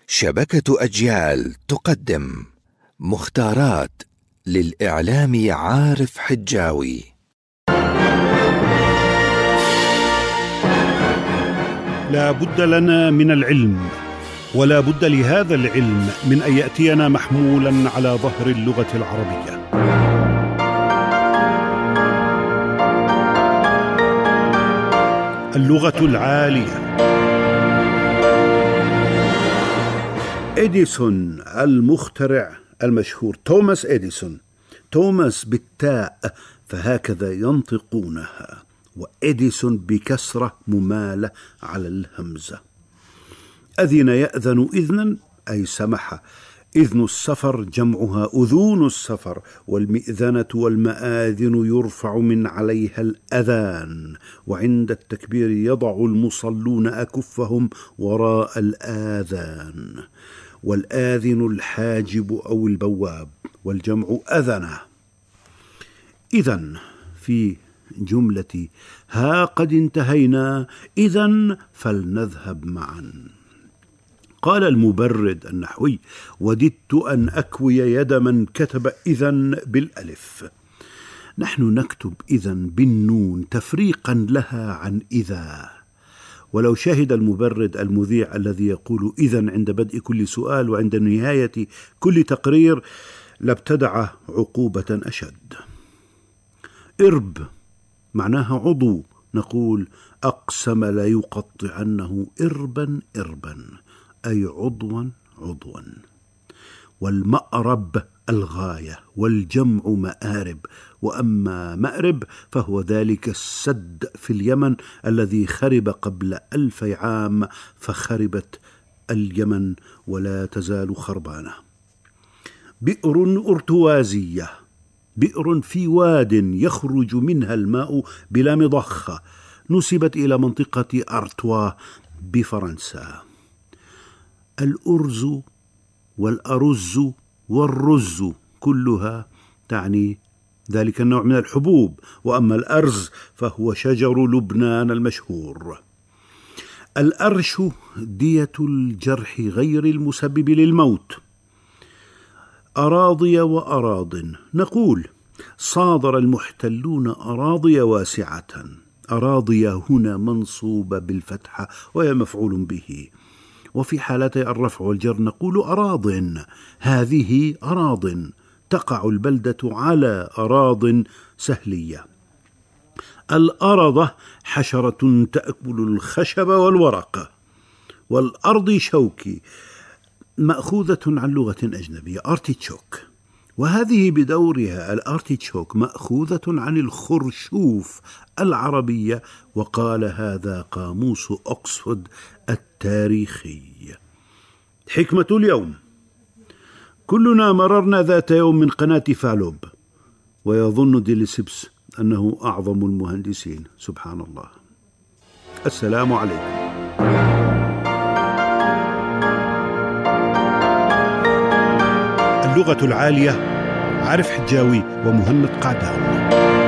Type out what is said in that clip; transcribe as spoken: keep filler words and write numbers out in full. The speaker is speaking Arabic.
شبكة أجيال تقدم مختارات للإعلامي عارف حجاوي. لا بد لنا من العلم، ولا بد لهذا العلم من أن يأتينا محمولا على ظهر اللغة العربية. اللغة العالية. إديسون المخترع المشهور توماس إديسون، توماس بالتاء فهكذا ينطقونها، وإديسون بكسرة ممالة على الهمزة. أذن يأذن إذنا أي سمح. إذن السفر جمعها أذون السفر، والمئذنة والمآذن يرفع من عليها الأذان، وعند التكبير يضع المصلون أكفهم وراء الآذان، والآذن الحاجب أو البواب، والجمع أذنه. إذن في جملة ها قد انتهينا، إذن فلنذهب معا. قال المبرد النحوي: وددت أن أكوي يد من كتب إذن بالألف. نحن نكتب إذن بالنون تفريقا لها عن إذا. ولو شهد المبرد المذيع الذي يقول إذن عند بدء كل سؤال وعند نهاية كل تقرير لابتدع عقوبة أشد. إرب معناها عضو، نقول أقسم لا يقطعنه إربا إربا، أي عضوا عضوا. والمأرب الغاية، والجمع مآرب، وأما مأرب فهو ذلك السد في اليمن الذي خرب قبل ألف عام، فخربت اليمن ولا تزال خربانة. بئر أرتوازية، بئر في واد يخرج منها الماء بلا مضخة، نسبت إلى منطقة أرتوا بفرنسا. الأرز والأرز والرز كلها تعني ذلك النوع من الحبوب، وأما الأرز فهو شجر لبنان المشهور. الأرش دية الجرح غير المسبب للموت. أراضي وأراض، نقول صادر المحتلون أراضي واسعة. أراضي هنا منصوبة بالفتحة وهي مفعول به، وفي حالتي الرفع والجر نقول أراض. هذه أراض، تقع البلدة على أراض سهلية. الأرضة حشرة تأكل الخشب والورق. والأرض شوكي مأخوذة عن لغة أجنبية أرتيتشوك، وهذه بدورها الأرتيتشوك مأخوذة عن الخرشوف العربية، وقال هذا قاموس أكسفورد التاريخي. حكمة اليوم: كلنا مررنا ذات يوم من قناة فالوب، ويظن ديليسيبس أنه أعظم المهندسين. سبحان الله. السلام عليكم. اللغة العالية، عارف حجاوي ومهند قعدان.